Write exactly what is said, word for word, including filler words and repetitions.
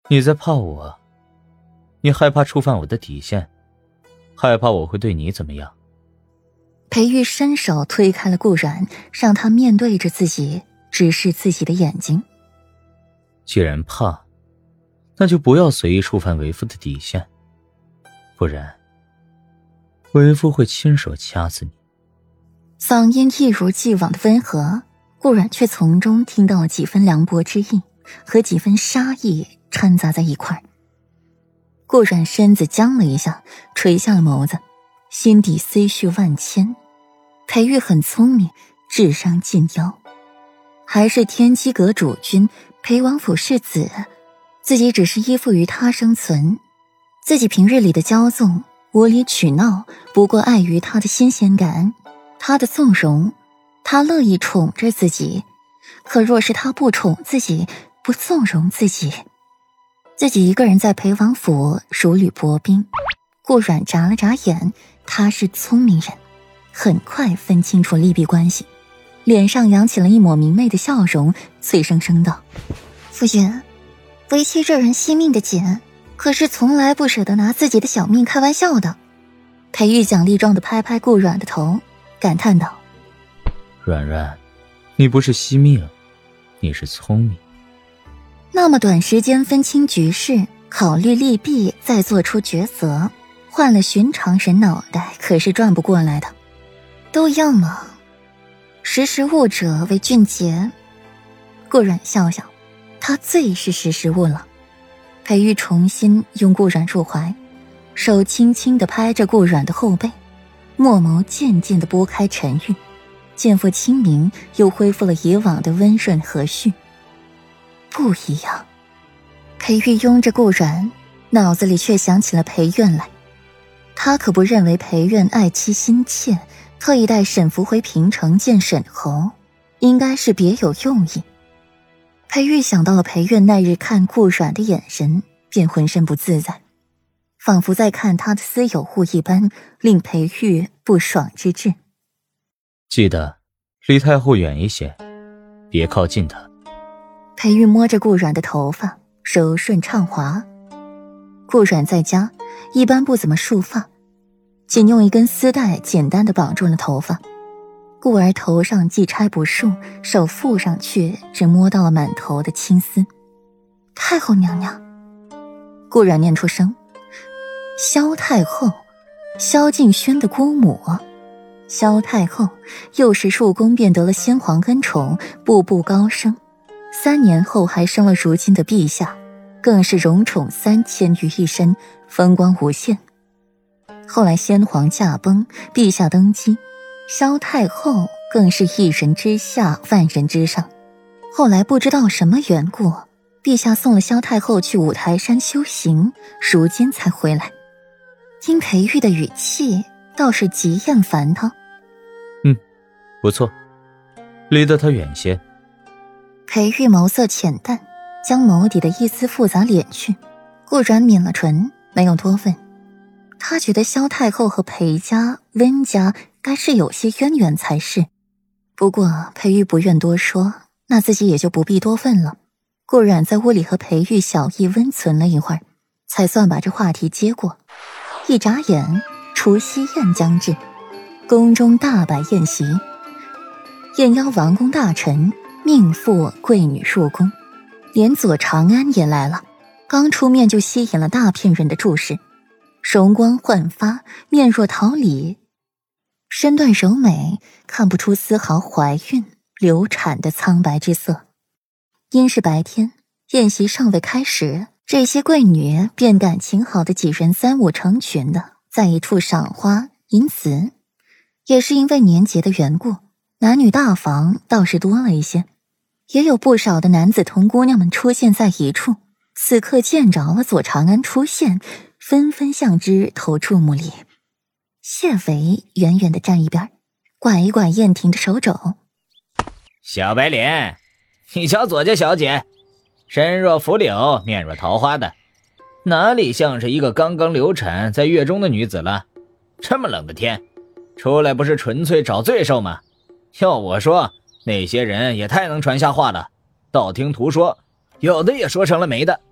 你在怕我？你害怕触犯我的底线，害怕我会对你怎么样？ 裴玉伸手推开了顾阮，让他面对着自己，直视自己的眼睛。 既然怕，那就不要随意触犯为夫的底线，不然为夫会亲手掐死你。 嗓音一如既往的温和，顾阮却从中听到了几分凉薄之意和几分杀意掺杂在一块。顾阮身子僵了一下，垂下了眸子，心底思绪万千。裴玉很聪明，智商近妖，还是天机阁主君，裴王府世子，自己只是依附于他生存。自己平日里的骄纵无理取闹，不过碍于他的新鲜感，他的纵容，他乐意宠着自己。可若是他不宠自己，不纵容自己，自己一个人在裴王府如履薄冰。顾阮眨了眨眼，他是聪明人，很快分清楚利弊关系，脸上扬起了一抹明媚的笑容，脆声声道：夫君，为妻这人惜命的紧，可是从来不舍得拿自己的小命开玩笑的。裴玉奖励状地拍拍顾阮的头，感叹道： 阮阮，你不是惜命，你是聪明。 那么短时间分清局势，考虑利弊，再做出抉择，换了寻常人脑袋可是转不过来的。都一样嘛，识时务者为俊杰。顾阮笑笑，他最是识时务了。裴玉重新拥顾阮入怀，手轻轻地拍着顾阮的后背，墨眸渐渐地拨开沉郁，渐复清明，又恢复了以往的温润和煦。不一样。裴玉拥着顾阮，脑子里却想起了裴苑来。他可不认为裴苑爱妻心切，特意带沈福回平城见沈侯，应该是别有用意。裴玉想到了裴苑那日看顾阮的眼神，便浑身不自在，仿佛在看他的私有物一般，令裴玉不爽之至。 记得离太后远一些，别靠近她。 裴玉摸着顾阮的头发，柔顺畅滑。顾阮在家一般不怎么束发，仅用一根丝带简单地绑住了头发。顾儿头上既钗不束，手覆上去只摸到了满头的青丝。太后娘娘，顾阮念出声。萧太后，萧敬轩的姑母。萧太后又是入宫便得了先皇恩宠，步步高升。三年后还生了如今的陛下，更是荣宠三千于一身，风光无限。后来先皇驾崩，陛下登基，萧太后更是一人之下，万人之上。后来不知道什么缘故，陛下送了萧太后去五台山修行，如今才回来。听裴玉的语气，倒是极厌烦他。 嗯，不错，离得他远些。 裴玉眸色浅淡，将眸底的一丝复杂敛去。顾阮抿了唇，没有多问。他觉得萧太后和裴家、温家该是有些渊源才是。不过裴玉不愿多说，那自己也就不必多问了。顾阮在屋里和裴玉小意温存了一会儿，才算把这话题接过。一眨眼，除夕宴将至，宫中大摆宴席，宴邀王公大臣、命妇、贵女入宫，连左长安也来了。刚出面就吸引了大片人的注视，容光焕发，面若桃李，身段柔美，看不出丝毫怀孕流产的苍白之色。因是白天，宴席尚未开始，这些贵女便感情好的几人三五成群的在一处赏花饮紫。也是因为年节的缘故，男女大房倒是多了一些，也有不少的男子同姑娘们出现在一处。此刻见着了左长安出现，纷纷向之投注目礼。谢维远远地站一边，拐一拐燕婷的手肘。 小白脸，你瞧左家小姐，身若拂柳，面若桃花的，哪里像是一个刚刚流产在月中的女子了？这么冷的天，出来不是纯粹找罪受吗？要我说，那些人也太能传瞎话了，道听途说，有的也说成了没的。